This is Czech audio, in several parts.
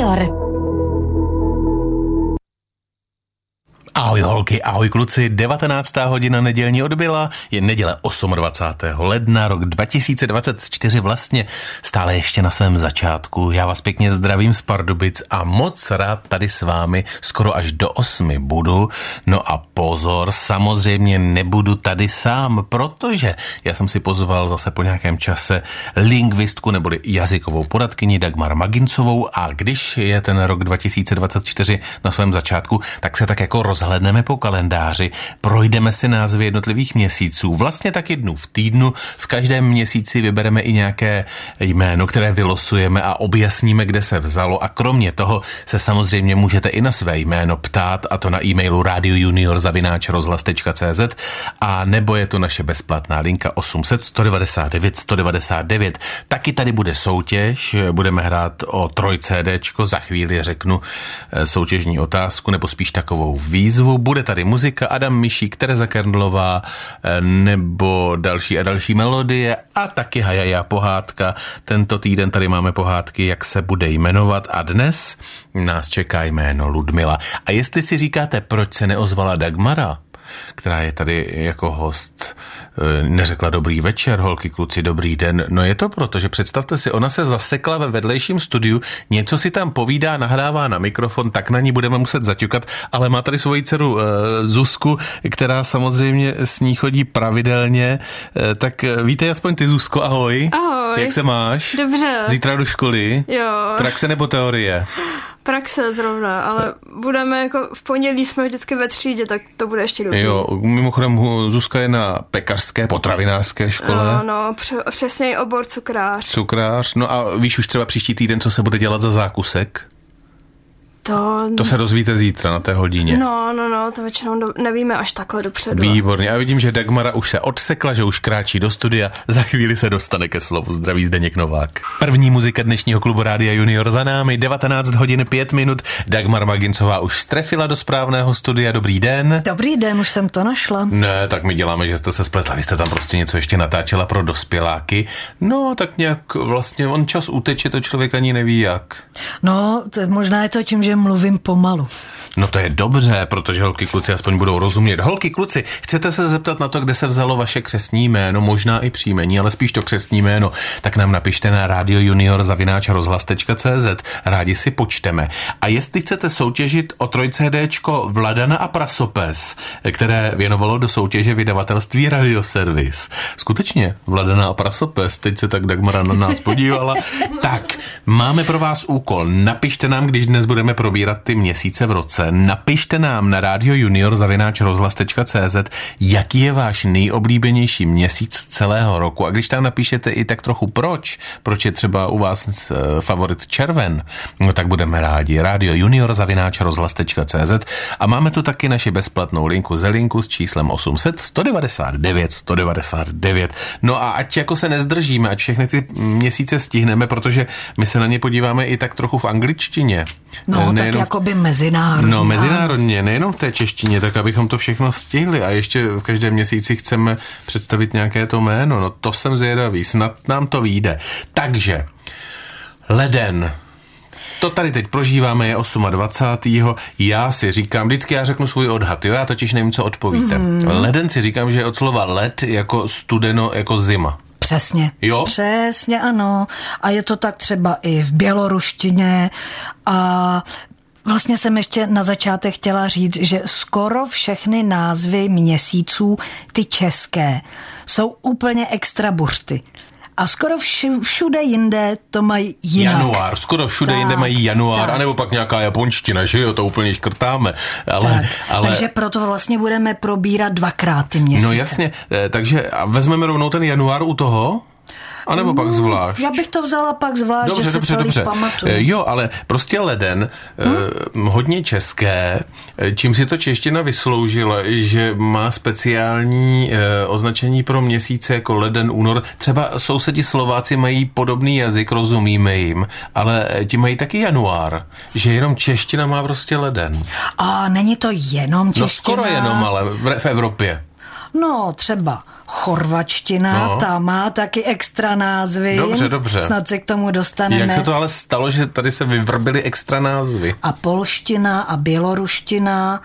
Junior. Ahoj holky, ahoj kluci, 19. hodina nedělní odbyla, je neděle 28. ledna, rok 2024 vlastně stále ještě na svém začátku. Já vás pěkně zdravím z Pardubic a moc rád tady s vámi skoro až do 8 budu. No a pozor, samozřejmě nebudu tady sám, protože já jsem si pozval zase po nějakém čase lingvistku neboli jazykovou poradkyni Dagmar Magincovou a když je ten rok 2024 na svém začátku, tak se tak jako rozhledneme po kalendáři, projdeme si názvy jednotlivých měsíců, vlastně tak jednou v týdnu, v každém měsíci vybereme i nějaké jméno, které vylosujeme a objasníme, kde se vzalo a kromě toho se samozřejmě můžete i na své jméno ptát a to na e-mailu radiojunior@rozhlas.cz a nebo je to naše bezplatná linka 800 199 199. Taky tady bude soutěž, budeme hrát o 3 CDčko, za chvíli řeknu soutěžní otázku nebo spíš takovou výzvu. Bude tady muzika Adam Mišík, Tereza Kerndlová nebo další a další melodie a taky hajaja pohádka. Tento týden tady máme pohádky, jak se bude jmenovat a dnes nás čeká jméno Ludmila. A jestli si říkáte, proč se neozvala Dagmara, která je tady jako host, neřekla dobrý večer, holky, kluci, dobrý den. No je to proto, že představte si, ona se zasekla ve vedlejším studiu, něco si tam povídá, nahrává na mikrofon, tak na ní budeme muset zaťukat, ale má tady svoji dceru Zuzku, která samozřejmě s ní chodí pravidelně. Tak vítej aspoň ty, Zuzko, ahoj. Ahoj. Jak se máš? Dobře. Zítra do školy? Jo. Praxe nebo teorie? Praxe zrovna, ale budeme jako v pondělí jsme vždycky ve třídě, tak to bude ještě dobrý. Jo, mimochodem Zuzka je na pekařské, potravinářské škole. No, přesně obor cukrář. Cukrář, no a víš už třeba příští týden, co se bude dělat za zákusek? To se dozvíte zítra na té hodině. No, to většinou nevíme až takhle dopředu. Výborně. A vidím, že Dagmara už se odsekla, že už kráčí do studia. Za chvíli se dostane ke slovu. Zdraví Zdeněk Novák. První muzika dnešního klubu Rádia Junior za námi. 19 hodin 5 minut. Dagmar Magincová už strefila do správného studia. Dobrý den. Dobrý den, už jsem to našla. Ne, tak my děláme, že jste se spletla. Vy jste tam prostě něco ještě natáčela pro dospěláky. No, tak nějak vlastně on čas uteče, to člověk ani neví jak. No, možná je to tím, že mluvím pomalu. No to je dobře, protože holky kluci aspoň budou rozumět. Holky kluci, chcete se zeptat na to, kde se vzalo vaše křestní jméno, možná i příjmení, ale spíš to křestní jméno, tak nám napište na radiojunior@rozhlas.cz. Rádi si počteme. A jestli chcete soutěžit o 3 CDčko Vladana a Prasopes, které věnovalo do soutěže vydavatelství Radioservis. Skutečně, Vladana a Prasopes, teď se tak Dagmara na nás podívala. Tak, máme pro vás úkol. Napište nám, když dnes budeme probírat ty měsíce v roce. Napište nám na radiojunior@rozhlas.cz, jaký je váš nejoblíbenější měsíc celého roku. A když tam napíšete i tak trochu proč je třeba u vás favorit červen, no tak budeme rádi. radiojunior@rozhlas.cz a máme tu taky naši bezplatnou linku Zelinku s číslem 800 199 199. No a ať jako se nezdržíme, ať všechny ty měsíce stihneme, protože my se na ně podíváme i tak trochu v angličtině. No, tak jakoby mezinárodně. No, mezinárodně, nejenom v té češtině, tak abychom to všechno stihli a ještě v každém měsíci chceme představit nějaké to jméno. No, to jsem zvědavý, snad nám to vyjde. Takže, leden. To tady teď prožíváme, je 28. Já si říkám, vždycky já řeknu svůj odhad, jo, já totiž nevím, co odpovíte. Leden si říkám, že je od slova led jako studeno, jako zima. Přesně. Jo? Přesně, ano. A je to tak třeba i v běloruštině a vlastně jsem ještě na začátek chtěla říct, že skoro všechny názvy měsíců, ty české, jsou úplně extra buřty. A skoro všude jinde to mají jinak. Január, skoro všude jinde mají január, anebo pak nějaká japonština, že jo, to úplně škrtáme. Ale... Takže proto vlastně budeme probírat 2krát ty měsíce. No jasně, takže a vezmeme rovnou ten január u toho? A nebo pak zvlášť? Já bych to vzala pak zvlášť, dobře, že se celý pamatuju. Jo, ale prostě leden, hodně české, čím si to čeština vysloužila, že má speciální označení pro měsíce jako leden, únor. Třeba sousedi Slováci mají podobný jazyk, rozumíme jim, ale ti mají taky január, že jenom čeština má prostě leden. A není to jenom čeština? No skoro jenom, ale v Evropě. No, třeba chorvačtina, ta má taky extra názvy. Dobře. Snad se k tomu dostaneme. Jak se to ale stalo, že tady se vyvrbily extra názvy? A polština a běloruština,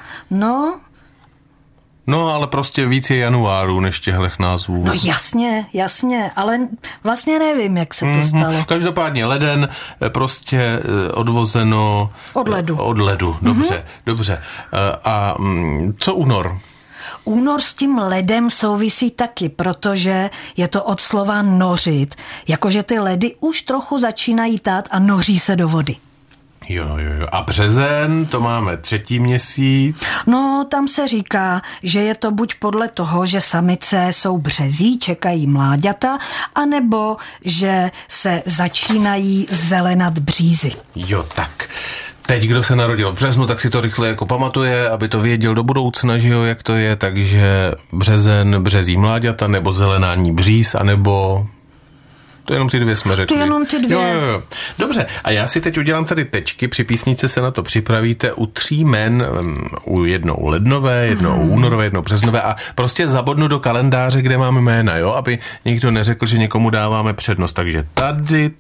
No, ale prostě víc je januáru než těchto názvů. No jasně, ale vlastně nevím, jak se to stalo. Každopádně leden prostě odvozeno... Od ledu. Dobře. A co únor? Únor s tím ledem souvisí taky, protože je to od slova nořit, jakože ty ledy už trochu začínají tát a noří se do vody. Jo. A březen, to máme 3. měsíc. No, tam se říká, že je to buď podle toho, že samice jsou březí, čekají mláďata, anebo že se začínají zelenat břízy. Jo, tak. Teď, kdo se narodil v březnu, tak si to rychle jako pamatuje, aby to věděl do budoucna, že jo, jak to je, takže březen, březí mláďata, nebo zelenání bříz, anebo... To jenom ty 2 jsme řekli. To jenom ty 2. Jo. Dobře, a já si teď udělám tady tečky, při písničce se na to připravíte u 3 jmen, u jednou lednové, jednou únorové, jednou březnové a prostě zabodnu do kalendáře, kde máme jména, jo, aby někdo neřekl, že někomu dáváme přednost. Takže tady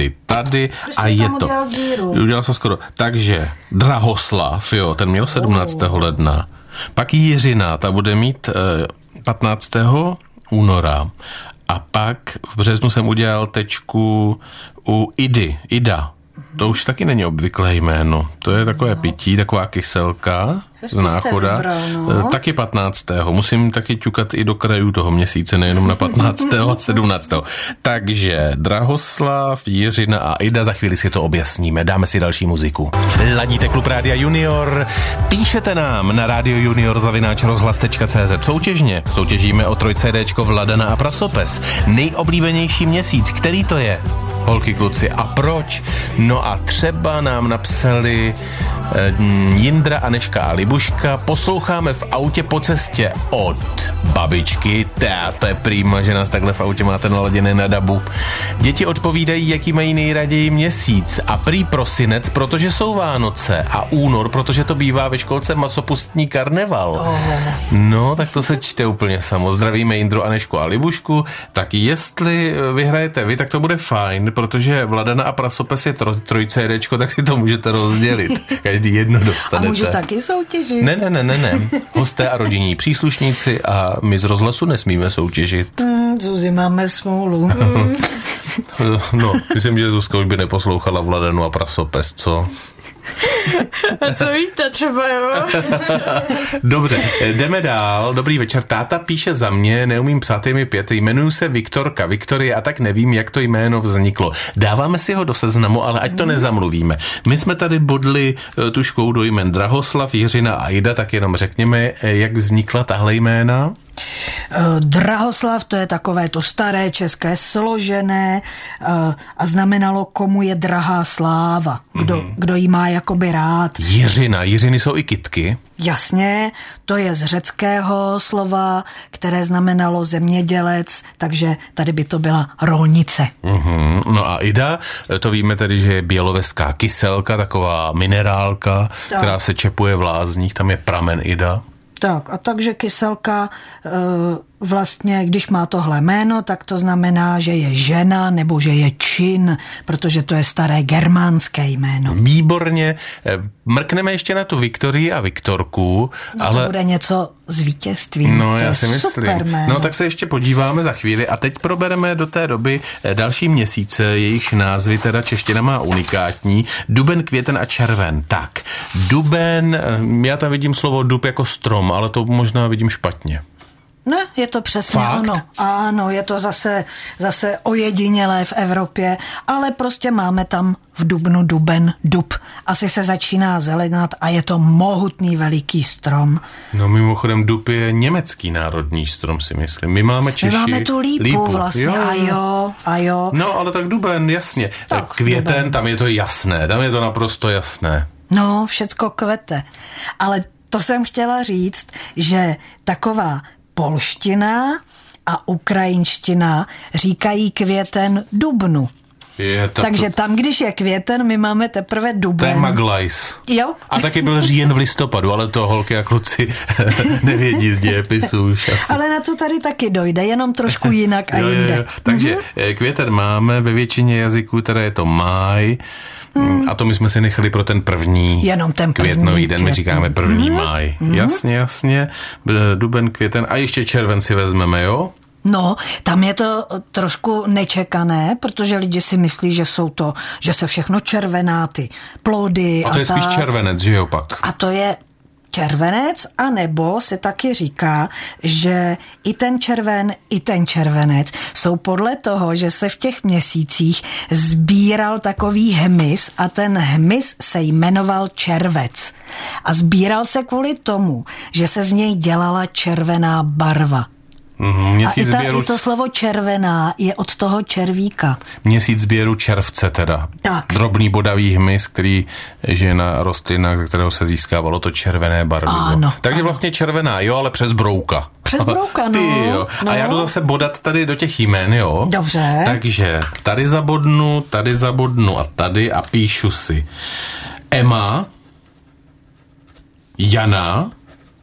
a je to. Udělal jsem skoro. Takže Drahoslav, jo, ten měl 17. ledna. Pak Jiřina, ta bude mít 15. února. A pak v březnu jsem udělal tečku u Ida. To už taky není obvyklé jméno. To je takové pití, taková kyselka z Náchoda. Taky 15. Musím taky ťukat i do krajů toho měsíce, nejenom na 15. a 17. Takže Drahoslav, Jiřina a Ida, za chvíli si to objasníme. Dáme si další muziku. Ladíte Klub Rádia Junior. Píšete nám na radiojunior@rozhlas.cz. Soutěžíme o 3 CDčko Vladana a Prasopes. Nejoblíbenější měsíc, který to je? Holky, kluci, a proč? No a třeba nám napsali Jindra, Aneška a Libuška. Posloucháme v autě po cestě od babičky. To je prýma, že nás takhle v autě máte naladěné na dabu. Děti odpovídají, jaký mají nejraději měsíc. A prý prosinec, protože jsou Vánoce. A únor, protože to bývá ve školce masopustní karneval. No, tak to se čte úplně samo. Zdravíme Jindru, Anešku a Libušku. Tak jestli vyhrajete vy, tak to bude fajn, protože Vladana a Prasopes je 3 CDčko, tak si to můžete rozdělit. Každý jedno dostanete. A můžu taky soutěžit? Ne. Hosté a rodinní příslušníci a my z rozhlasu nesmíme soutěžit. Zuzi, máme smůlu. No, myslím, že Zuzka už by neposlouchala Vladanu a Prasopes, co? A co víte třeba, jo? Dobře, jdeme dál. Dobrý večer. Táta píše za mě, neumím psát, je mi 5. Jmenuji se Viktorie a tak nevím, jak to jméno vzniklo. Dáváme si ho do seznamu, ale ať to nezamluvíme. My jsme tady bodli tuškou do jmen Drahoslav, Jiřina a Ida, tak jenom řekněme, jak vznikla tahle jména. Drahoslav, to je takové to staré české složené a znamenalo, komu je drahá sláva. Kdo jí má jakoby rád. Jiřiny jsou i kytky. Jasně, to je z řeckého slova, které znamenalo zemědělec, takže tady by to byla rolnice. No a Ida, to víme tedy, že je běloveská kyselka, taková minerálka, která se čepuje v lázních, tam je pramen Ida. Tak, a takže kyselka vlastně, když má tohle jméno, tak to znamená, že je žena nebo že je čin, protože to je staré germánské jméno. Výborně. Mrkneme ještě na tu Viktorii a Viktorku. No ale to bude něco s vítězstvím. No, to já si myslím. No, tak se ještě podíváme za chvíli a teď probereme do té doby další měsíce, jejichž názvy teda čeština má unikátní. Duben, květen a červen. Tak, duben, já tam vidím slovo dub jako strom, ale to možná vidím špatně. Ne, je to přesně Fakt? ono. Ano, je to zase ojedinělé v Evropě, ale prostě máme tam v dubnu dub. Asi se začíná zelenat a je to mohutný veliký strom. No mimochodem dub je německý národní strom, si myslím. My máme Češi. My máme tu lípu vlastně, a jo. No, ale tak duben, jasně. Tak, květen, duben. Tam je to jasné, tam je to naprosto jasné. No, všecko kvete. Ale to jsem chtěla říct, že taková polština a ukrajinština říkají květen dubnu. Takže tam, když je květen, my máme teprve duben. To je Maglajs. Jo. A taky byl říjen v listopadu, ale to holky a kluci nevědí z dějepisu už asi. Ale na to tady taky dojde, jenom trošku jinak a jinde. Jo. Takže květen máme, ve většině jazyků teda je to máj, a to my jsme si nechali pro ten první jenom ten květnový den, my říkáme první máj. Jasně, duben, květen a ještě červen si vezmeme, jo? No, tam je to trošku nečekané, protože lidi si myslí, že se všechno červená, ty plody a to je spíš červenec, že jo pak? A to je červenec, anebo se taky říká, že i ten červen, i ten červenec jsou podle toho, že se v těch měsících sbíral takový hmyz a ten hmyz se jmenoval červec. A sbíral se kvůli tomu, že se z něj dělala červená barva. I to slovo červená je od toho červíka. Měsíc sběru červce teda. Tak. Drobný bodavý hmyz, který je na rostlinách, ze kterého se získávalo to červené barvivo. Ano, takže vlastně červená, jo, ale přes brouka. Přes brouka, no. Ty, jo. A já jdu zase bodat tady do těch jmen, jo. Dobře. Takže tady zabodnu a tady a píšu si Emma, Jana,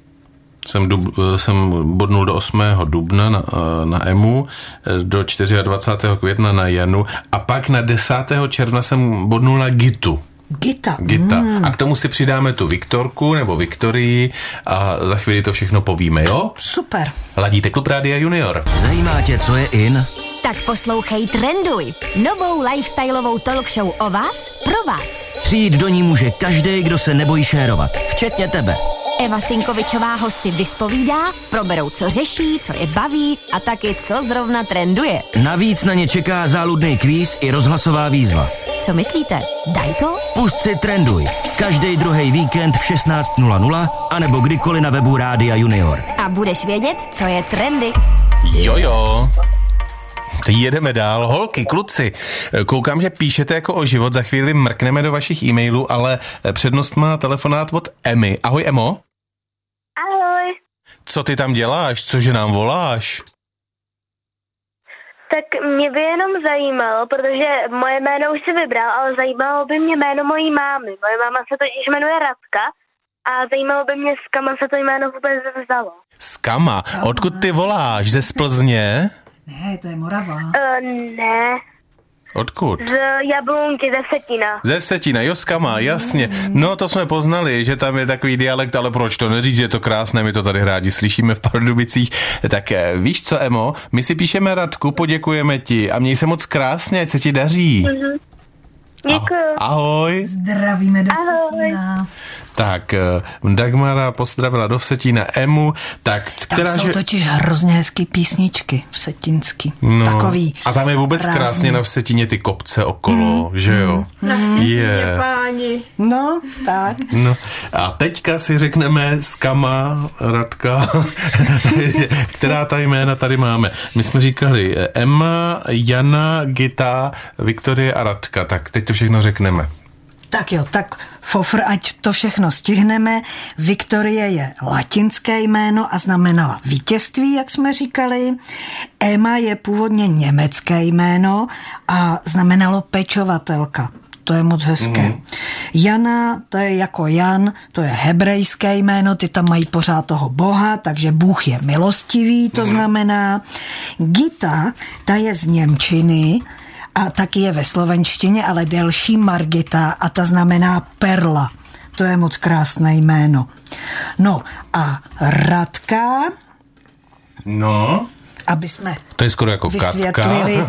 jsem bodnul do 8. dubna na Emu, do 24. května na Janu a pak na 10. června jsem bodnul na Gitu. Gita. A k tomu si přidáme tu Viktorku nebo Viktorii a za chvíli to všechno povíme, jo? Super. Ladíte Klub Rádia Junior. Zajímá tě, co je in? Tak poslouchej Trenduj, novou lifestyleovou talk show o vás, pro vás. Přijít do ní může každý, kdo se nebojí šérovat, včetně tebe. Eva Sinkovičová hosty vyspovídá, proberou, co řeší, co je baví a taky, co zrovna trenduje. Navíc na ně čeká záludný kvíz i rozhlasová výzva. Co myslíte? Daj to? Pust si Trenduj. Každý druhý víkend v 16:00 anebo kdykoliv na webu Rádia Junior. A budeš vědět, co je trendy. Jojo. Jedeme dál. Holky, kluci, koukám, že píšete jako o život, za chvíli mrkneme do vašich e-mailů, ale přednost má telefonát od Emy. Ahoj, Emo. Ahoj. Co ty tam děláš? Cože nám voláš? Tak mě by jenom zajímalo, protože moje jméno už si vybral, ale zajímalo by mě jméno mojí mámy. Moje máma se totiž jmenuje Radka a zajímalo by mě, z kama se to jméno vůbec vzalo. Z kama? Odkud ty voláš? Ze Plzně? Ne, to je Morava. Ne. Odkud? Z Jablunky, ze Vsetína. Ze Vsetína, jo, z Kama, jasně. No, to jsme poznali, že tam je takový dialekt, ale proč to neříct, že je to krásné, my to tady rádi slyšíme v Pardubicích. Tak víš co, Emo, my si píšeme Radku, poděkujeme ti a měj se moc krásně, ať se ti daří. Mhm. Děkuju. Ahoj. Zdravíme do Vsetína. Tak, Dagmara pozdravila do Vsetína Emu, tak která tam jsou totiž hrozně hezký písničky vsetínský. No, takový. A tam je vůbec krásně na Vsetíně ty kopce okolo, že jo? Na Vsetíně, páni. No, tak. No, a teďka si řekneme z Kama, Radka, která ta jména tady máme. My jsme říkali Emma, Jana, Gita, Viktorie a Radka, tak teď to všechno řekneme. Tak jo, tak fofr, ať to všechno stihneme. Viktorie je latinské jméno a znamenala vítězství, jak jsme říkali. Emma je původně německé jméno a znamenalo pečovatelka. To je moc hezké. Jana, to je jako Jan, to je hebrejské jméno, ty tam mají pořád toho Boha, takže Bůh je milostivý, to znamená. Gita, ta je z němčiny, a taky je ve slovenštině, ale delší Margita a ta znamená perla. To je moc krásné jméno. No a Radka, no, aby jsme to je skoro jako vysvětlili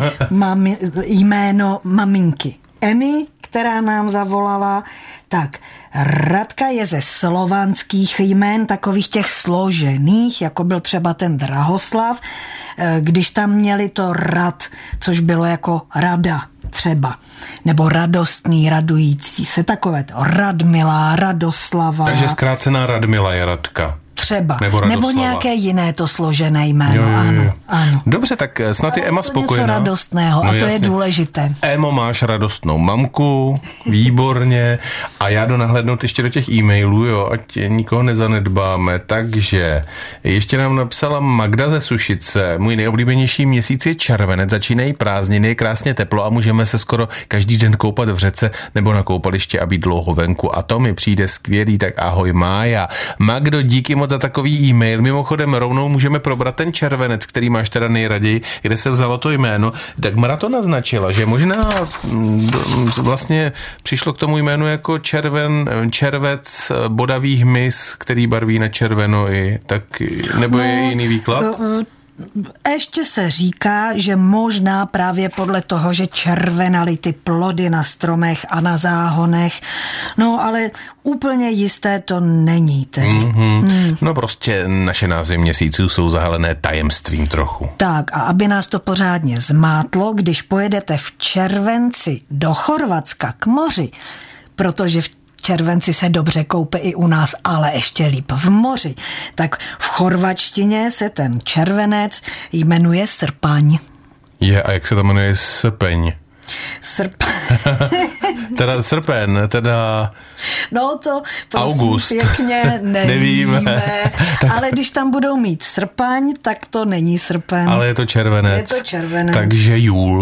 jméno maminky Emy, která nám zavolala. Tak, Radka je ze slovanských jmén, takových těch složených, jako byl třeba ten Drahoslav, když tam měli to rad, což bylo jako rada třeba, nebo radostný, radující se, takové to Radmila, Radoslava. Takže zkrácená Radmila je Radka. Třeba. Nebo Nebo nějaké jiné to složené jméno, ano. Dobře, tak snad je Ema spokojená. Něco radostného, a to je důležité. Emo, máš radostnou mamku, výborně. A já jdu nahlédnout ještě do těch e-mailů, jo, ať nikoho nezanedbáme. Takže ještě nám napsala Magda ze Sušice. Můj nejoblíbenější měsíc je červenec, začínají prázdniny, je krásně teplo a můžeme se skoro každý den koupat v řece nebo na koupaliště a být dlouho venku. A to mi přijde skvělý, tak ahoj Mája. Magdo, díky moc za takový e-mail. Mimochodem rovnou můžeme probrat ten červenec, který máš teda nejraději, kde se vzalo to jméno. Dagmara to naznačila, že možná vlastně přišlo k tomu jménu jako červec, bodavý hmyz, který barví na červeno i tak, nebo je jiný výklad? Ještě se říká, že možná právě podle toho, že červenaly ty plody na stromech a na záhonech, no ale úplně jisté to není tedy. No prostě naše názvy měsíců jsou zahalené tajemstvím trochu. Tak a aby nás to pořádně zmátlo, když pojedete v červenci do Chorvatska k moři, protože v červenci se dobře koupe i u nás, ale ještě líp v moři. Tak v chorvačtině se ten červenec jmenuje srpaň. A jak se to jmenuje srpeň? Teda srpen, teda... No to prosím August. Pěkně nevíme. Ale když tam budou mít srpaň, tak to není srpen. Ale je to červenec. Je to červenec. Takže jůl.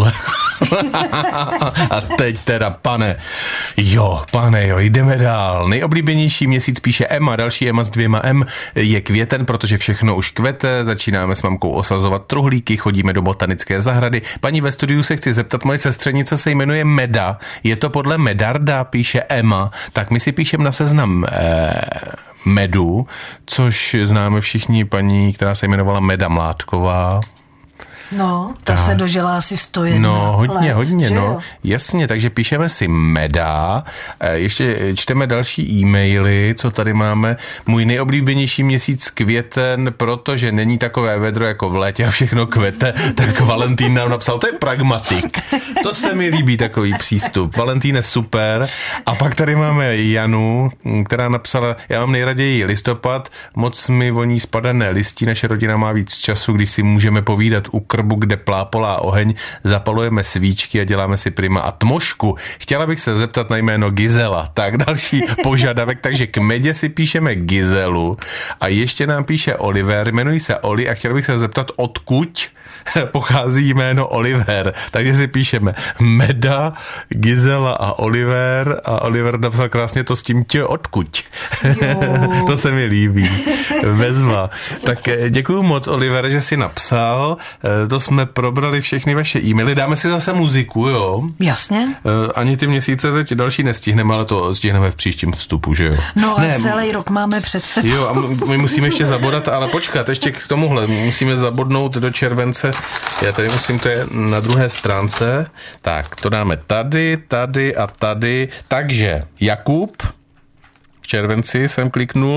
A teď teda, pane, jdeme dál. Nejoblíbenější měsíc píše Emma, další Emma s 2 M, je květen, protože všechno už kvete, začínáme s mamkou osazovat truhlíky, chodíme do botanické zahrady. Paní ve studiu se chci zeptat, moje sestřenice se jmenuje Meda, je to podle Medarda, píše Emma, tak my si píšeme na seznam Medu, což známe všichni paní, která se jmenovala Meda Mládková. No, ta se dožila asi 101 hodně, let, no. Jasně, takže píšeme si Meda, ještě čteme další e-maily, co tady máme. Můj nejoblíbenější měsíc květen, protože není takové vedro jako v létě a všechno kvete, tak Valentín nám napsal, to je pragmatik. To se mi líbí, takový přístup. Valentín je super. A pak tady máme Janu, která napsala, já mám nejraději listopad, moc mi voní spadané listí, naše rodina má víc času, když si můžeme povídat u krbu, kde plápolá oheň, zapalujeme svíčky a děláme si prima a tmošku. Chtěla bych se zeptat na jméno Gizela. Tak další požadavek, takže k Medě si píšeme Gizelu a ještě nám píše Oliver, jmenují se Oli a chtěl bych se zeptat, odkud pochází jméno Oliver. Takže si píšeme Meda, Gizela a Oliver napsal krásně to s tím odkud. To se mi líbí. Vezma. Tak děkuju moc, Oliver, že jsi napsal. To jsme probrali všechny vaše e-maily. Dáme si zase muziku, jo? Jasně. Ani ty měsíce teď další nestihneme, ale to stihneme v příštím vstupu, že jo? No a celý rok máme před sebou. Jo, a my musíme ještě zabodat, ale počkat, ještě k tomuhle. Musíme zabodnout do července. Já tady musím, to je na druhé stránce. Tak, to dáme tady a tady. Takže Jakub v červenci jsem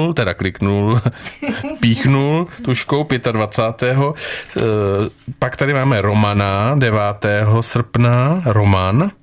píchnul tuškou 25. Pak tady máme Romana 9. srpna, Roman.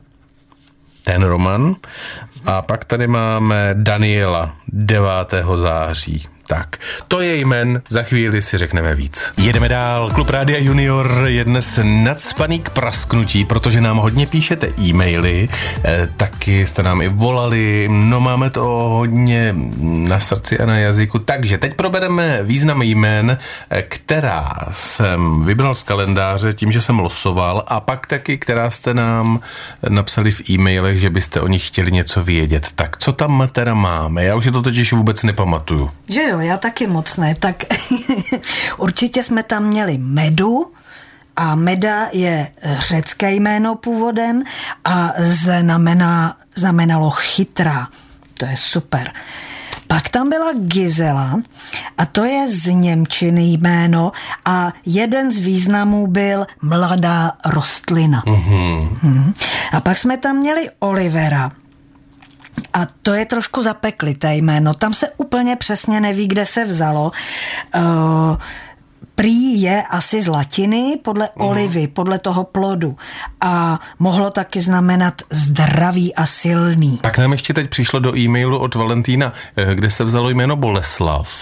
A pak tady máme Daniela 9. září. Tak, to je jmen, za chvíli si řekneme víc. Jedeme dál, Klub Rádia Junior je dnes nacpaný k prasknutí, protože nám hodně píšete e-maily, taky jste nám i volali, no máme to hodně na srdci a na jazyku, takže teď probereme význam jmen, která jsem vybral z kalendáře tím, že jsem losoval a pak taky, která jste nám napsali v e-mailech, že byste o nich chtěli něco vědět. Tak co tam teda máme? Já už je to totiž vůbec nepamatuju. Že jo, já taky moc ne, tak určitě jsme tam měli Medu a Meda je řecké jméno původem a znamenalo chytrá. To je super. Pak tam byla Gizela a to je z němčiny jméno a jeden z významů byl mladá rostlina. A pak jsme tam měli Olivera. A to je trošku zapeklité jméno. Tam se úplně přesně neví, kde se vzalo. Prý je asi z latiny podle olivy, podle toho plodu. A mohlo taky znamenat zdravý a silný. Pak nám ještě teď přišlo do e-mailu od Valentína, kde se vzalo jméno Boleslav.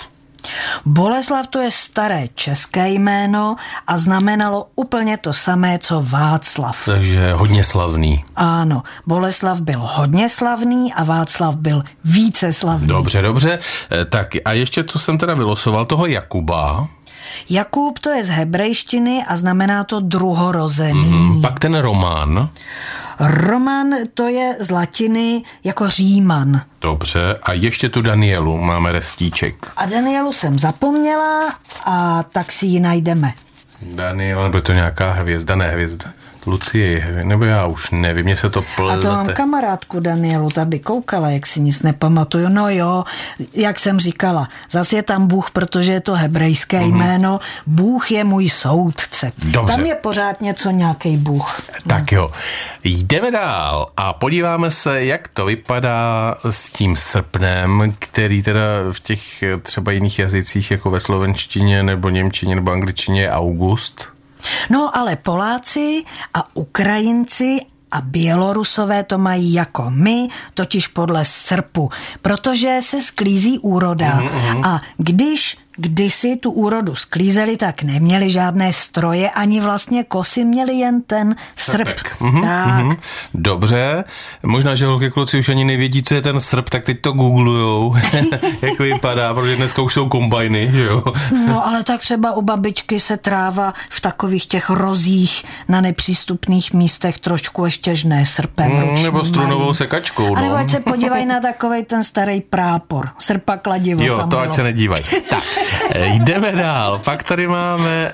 Boleslav to je staré české jméno a znamenalo úplně to samé, co Václav. Takže hodně slavný. Ano, Boleslav byl hodně slavný a Václav byl více slavný. Dobře. Tak a ještě, co jsem teda vylosoval, toho Jakuba. Jakub to je z hebrejštiny a znamená to druhorozený. Pak ten Roman. Roman to je z latiny jako Říman. Dobře, a ještě tu Danielu máme restíček. A Danielu jsem zapomněla a tak si ji najdeme. Daniela, nebo je to nějaká hvězda, ne hvězda. Lucie je hvězda, nebo já už nevím, mně se to plete. A to mám kamarádku Danielu, ta by koukala, jak si nic nepamatuju. No jo, jak jsem říkala, zase je tam Bůh, protože je to hebrejské jméno. Bůh je můj soudce. Dobře. Tam je pořád něco, nějaký Bůh. Tak jo, jdeme dál a podíváme se, jak to vypadá s tím srpnem, který teda v těch třeba jiných jazycích, jako ve slovenštině nebo němčině nebo angličtině je august. No ale Poláci a Ukrajinci a Bělorusové to mají jako my, totiž podle srpu, protože se sklízí úroda a když kdysi tu úrodu sklízeli, tak neměli žádné stroje, ani vlastně kosy, měli jen ten srp. Tak. Dobře, možná, že holky kluci už ani nevědí, co je ten srp, tak teď to googlujou, jak vypadá, protože dneska už jsou kombajny, že jo? No, ale tak třeba u babičky se tráva v takových těch rozích na nepřístupných místech trošku ještě žne srpem ručním. Nebo strunovou sekačkou, no. A nebo ať se podívají na takovej ten starý prápor, srpa kladivo. Jo, tam to bylo. ať se nedívají. Tak, jdeme dál. Pak tady máme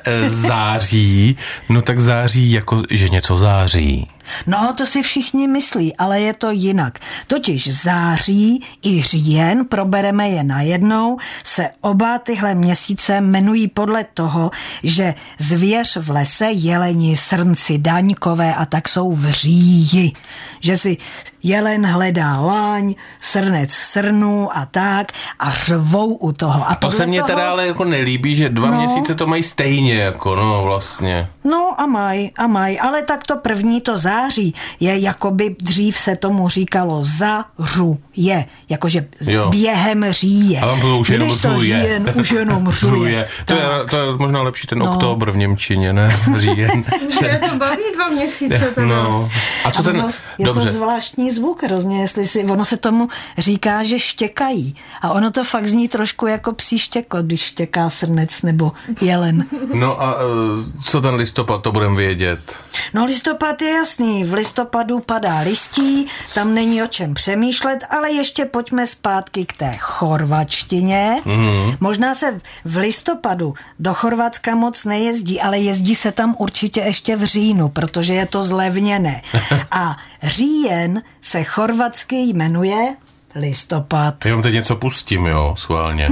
září. No tak září jako, že něco září. No, to si všichni myslí, ale je to jinak. Totiž září i říjen, probereme je najednou, se oba tyhle měsíce jmenují podle toho, že zvěř v lese, jeleni, srnci, daňkové a tak jsou v říji. Že si jelen hledá láň, srnec srnu a tak a řvou u toho. A to se mně teda ale jako nelíbí, že 2 měsíce to mají stejně, jako no vlastně. No a maj, ale tak to první, to září je jakoby dřív se tomu říkalo zařuje, jakože během říje. A tam to už jenom řuje. Už jenom řuje. To je možná lepší ten oktober v němčině, ne? Říjen. Že to baví 2 měsíce teda. No. A co ten... Je Dobře. to zvláštní zvuk hrozně, jestli si... Ono se tomu říká, že štěkají. A ono to fakt zní trošku jako psí štěko, když štěká srnec nebo jelen. No a co ten listopad, to budeme vědět? No listopad je jasný, v listopadu padá listí, tam není o čem přemýšlet, ale ještě pojďme zpátky k té chorvačtině. Možná se v listopadu do Chorvatska moc nejezdí, ale jezdí se tam určitě ještě v říjnu, protože je to zlevněné. A říjen se chorvatsky jmenuje listopad. Já vám teď něco pustím, jo, schválně.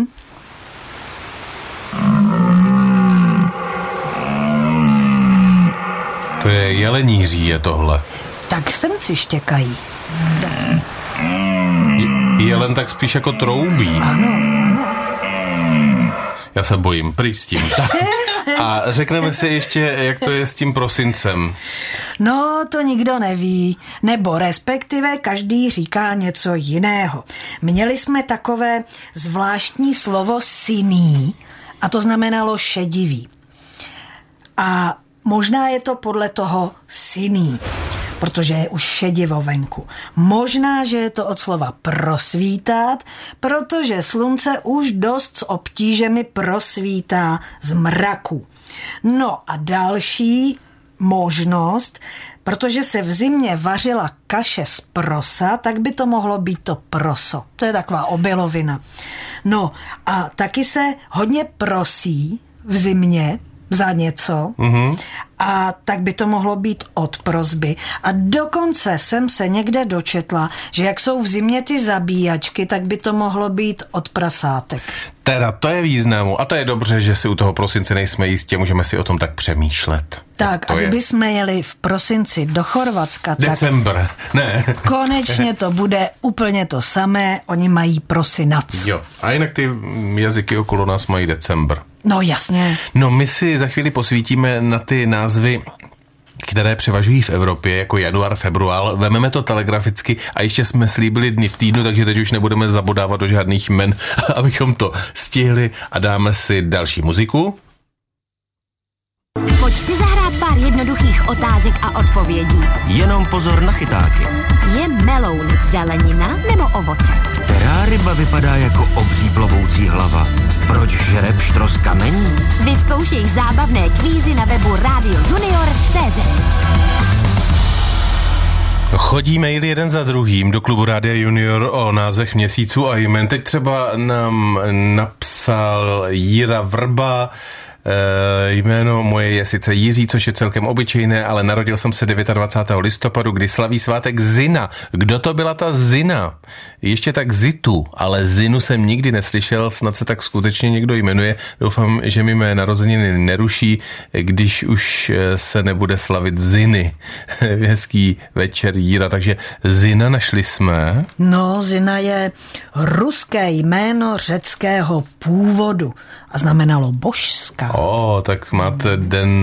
To je jelení říje tohle. Tak srnci štěkají. Jelen tak spíš jako troubí. Ano. Já se bojím, pryč s tím. A řekneme si ještě, jak to je s tím prosincem. No, to nikdo neví, nebo respektive každý říká něco jiného. Měli jsme takové zvláštní slovo siný a to znamenalo šedivý. A možná je to podle toho siný, protože je už šedivo venku. Možná, že je to od slova prosvítat, protože slunce už dost s obtížemi prosvítá z mraku. No a další možnost, protože se v zimě vařila kaše z prosa, tak by to mohlo být to proso. To je taková obilovina. No a taky se hodně prosí v zimě za něco a tak by to mohlo být od prosby. A dokonce jsem se někde dočetla, že jak jsou v zimě ty zabíjačky, tak by to mohlo být od prasátek. Teda, to je významu. A to je dobře, že si u toho prosince nejsme jistě, můžeme si o tom tak přemýšlet. Tak, a kdybychom jeli v prosinci do Chorvatska, December, ne. Konečně to bude úplně to samé, oni mají prosinac. Jo, a jinak ty jazyky okolo nás mají december. No jasně. No my si za chvíli posvítíme na ty názvy které převažují v Evropě, jako január, február. Vememe to telegraficky a ještě jsme slíbili dny v týdnu, takže teď už nebudeme zabodávat do žádných jmen, abychom to stihli a dáme si další muziku. Pojď si zahrát pár jednoduchých otázek a odpovědí. Jenom pozor na chytáky. Je meloun zelenina nebo ovoce? Která ryba vypadá jako obří plovoucí hlava? Proč žere pštros kamení? Vyzkoušej zábavné kvízy na webu radiojunior.cz. Chodí maily jeden za druhým do klubu Rádia Junior o názvech měsíců a jmen. Teď třeba nám napsal Jira Vrba. Jméno moje je sice Jiří, což je celkem obyčejné, ale narodil jsem se 29. listopadu, kdy slaví svátek Zina. Kdo to byla ta Zina? Ještě tak Zitu, ale Zinu jsem nikdy neslyšel, snad se tak skutečně někdo jmenuje. Doufám, že mi mé narozeniny neruší, když už se nebude slavit Ziny. Hezký večer, Jíra, takže Zina našli jsme. No, Zina je ruské jméno řeckého původu a znamenalo božská. Tak máte den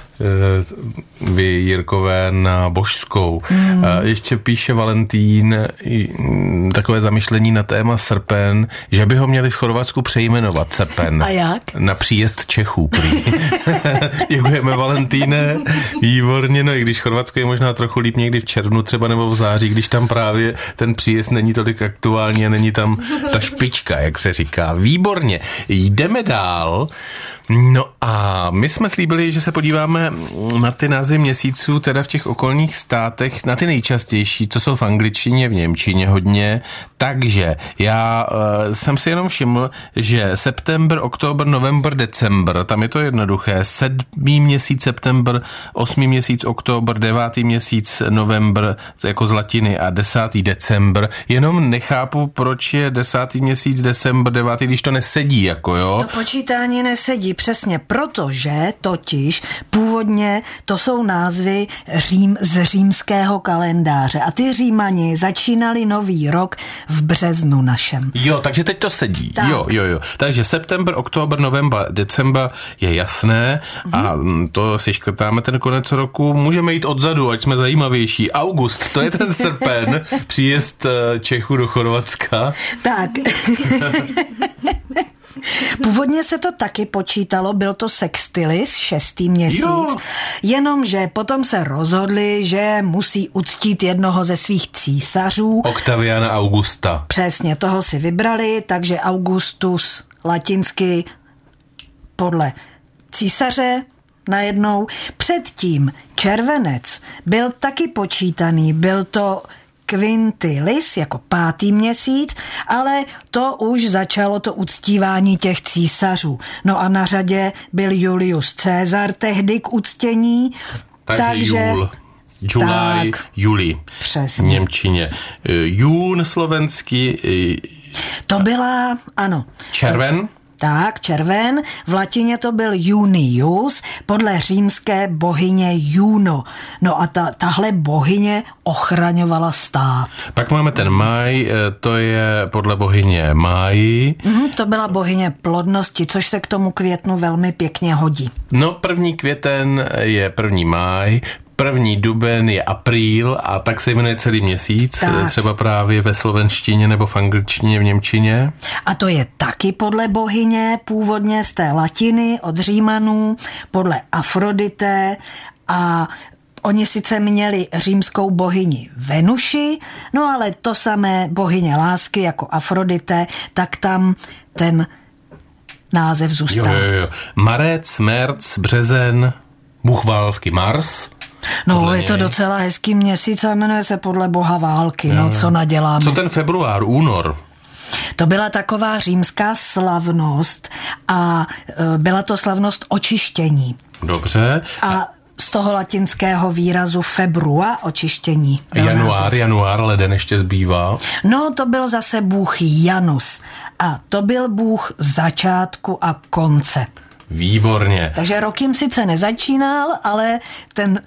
vy, Jirkové, na božskou. Ještě píše Valentín takové zamyšlení na téma srpen, že by ho měli v Chorvatsku přejmenovat srpen. A jak? Na příjezd Čechů. Prý. Děkujeme, Valentíne. Výborně, no i když Chorvatsko je možná trochu líp někdy v červnu třeba nebo v září, když tam právě ten příjezd není tolik aktuální a není tam ta špička, jak se říká. Výborně. Jdeme dál. No a my jsme slíbili, že se podíváme na ty názvy měsíců, teda v těch okolních státech, na ty nejčastější, co jsou v angličtině, v němčině hodně. Takže já jsem si jenom všiml, že september, oktober, november, december, tam je to jednoduché. 7. měsíc september, 8. měsíc oktober, 9. měsíc november jako z latiny a 10. december. Jenom nechápu, proč je 10. měsíc december, 9. když to nesedí, jako jo. To počítání nesedí. Přesně, protože totiž původně to jsou názvy z římského kalendáře a ty Římani začínali nový rok v březnu našem. Jo, takže teď to sedí. Tak. Jo. Takže september, oktober, november, december je jasné a to si škrtáme ten konec roku. Můžeme jít odzadu, ať jsme zajímavější. August, to je ten srpen, příjezd Čechů do Chorvatska. Tak. Původně se to taky počítalo, byl to sextilis, 6. měsíc, jenomže potom se rozhodli, že musí uctít jednoho ze svých císařů. Octaviana Augusta. Přesně, toho si vybrali, takže Augustus latinsky podle císaře najednou. Předtím červenec byl taky počítaný, byl to Quintilis jako 5. měsíc, ale to už začalo to uctívání těch císařů. No a na řadě byl Julius Caesar tehdy k uctění. Takže júl. July, juli. Přesně. V němčině. Jún slovenský. To byla, ano. Červen. Tak, červen. V latině to byl Junius, podle římské bohyně Juno. No a tahle bohyně ochraňovala stát. Pak máme ten máj, to je podle bohyně Máji. To byla bohyně plodnosti, což se k tomu květnu velmi pěkně hodí. No, 1. květen je 1. máj, 1. duben je apríl a tak se jmenuje celý měsíc, tak. Třeba právě ve slovenštině nebo v angličtině, v němčině. A to je taky podle bohyně, původně z té latiny od Římanů, podle Afrodité a oni sice měli římskou bohyni Venuši, no ale to samé bohyně lásky jako Afrodité, tak tam ten název zůstal. Jo. Marec, merc, březen, bůh války Mars. No, je to docela hezký měsíc a jmenuje se podle boha války, no co naděláme. Co ten február, únor? To byla taková římská slavnost a byla to slavnost očištění. Dobře. A z toho latinského výrazu februa, očištění. Január, leden ještě zbývá. No, to byl zase bůh Janus a to byl bůh začátku a konce. Výborně. Takže rok jim sice nezačínal, ale ten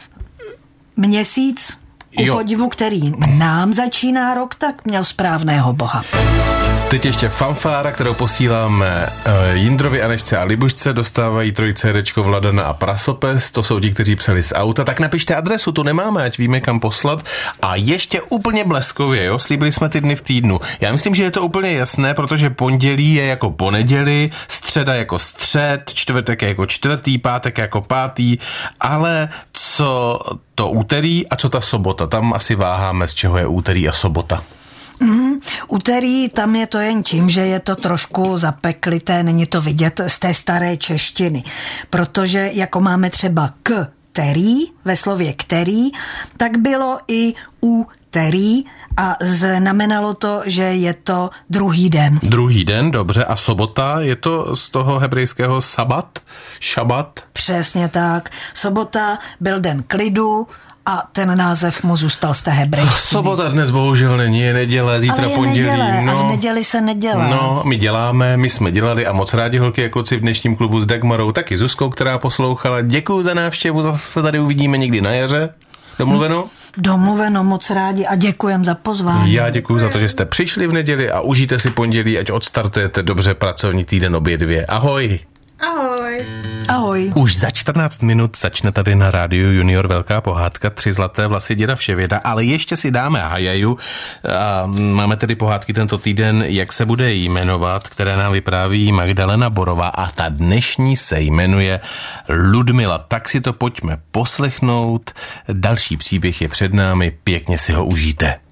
měsíc, ku podivu, který nám začíná rok, tak měl správného boha. Teď ještě fanfára, kterou posíláme Jindrovi, Anešce a Libušce, dostávají 3CD Vladana a Prasopes, to jsou ti, kteří psali z auta, tak napište adresu, tu nemáme, ať víme, kam poslat. A ještě úplně bleskově, jo, slíbili jsme ty dny v týdnu. Já myslím, že je to úplně jasné, protože pondělí je jako pondělí, středa jako střed, čtvrtek jako čtvrtý, pátek jako pátý, ale co to úterý a co ta sobota? Tam asi váháme, z čeho je úterý a sobota. Úterý, tam je to jen tím, že je to trošku zapeklité, není to vidět z té staré češtiny, protože jako máme třeba který ve slově který, tak bylo i úterý a znamenalo to, že je to druhý den. Druhý den, dobře. A sobota, je to z toho hebrejského sabat? Šabat? Přesně tak. Sobota byl den klidu, a ten název mu zůstal z té hebrejštiny. Sobota dnes bohužel není, je neděle, zítra pondělí. Neděle, a v neděli se nedělá. No, my jsme dělali a moc rádi holky a kluci v dnešním klubu s Dagmarou, taky Zuzkou, která poslouchala. Děkuju za návštěvu, zase se tady uvidíme někdy na jaře. Domluveno? Domluveno, moc rádi a děkujem za pozvání. Já děkuju za to, že jste přišli v neděli a užijte si pondělí, ať odstartujete dobře pracovní týden obě dvě. Ahoj! Ahoj. Ahoj. Už za 14 minut začne tady na Rádiu Junior velká pohádka 3 zlaté vlasy děda Vševěda, ale ještě si dáme hajaju a máme tedy pohádky tento týden, jak se bude jmenovat, které nám vypráví Magdalena Borová a ta dnešní se jmenuje Ludmila. Tak si to pojďme poslechnout. Další příběh je před námi, pěkně si ho užijte.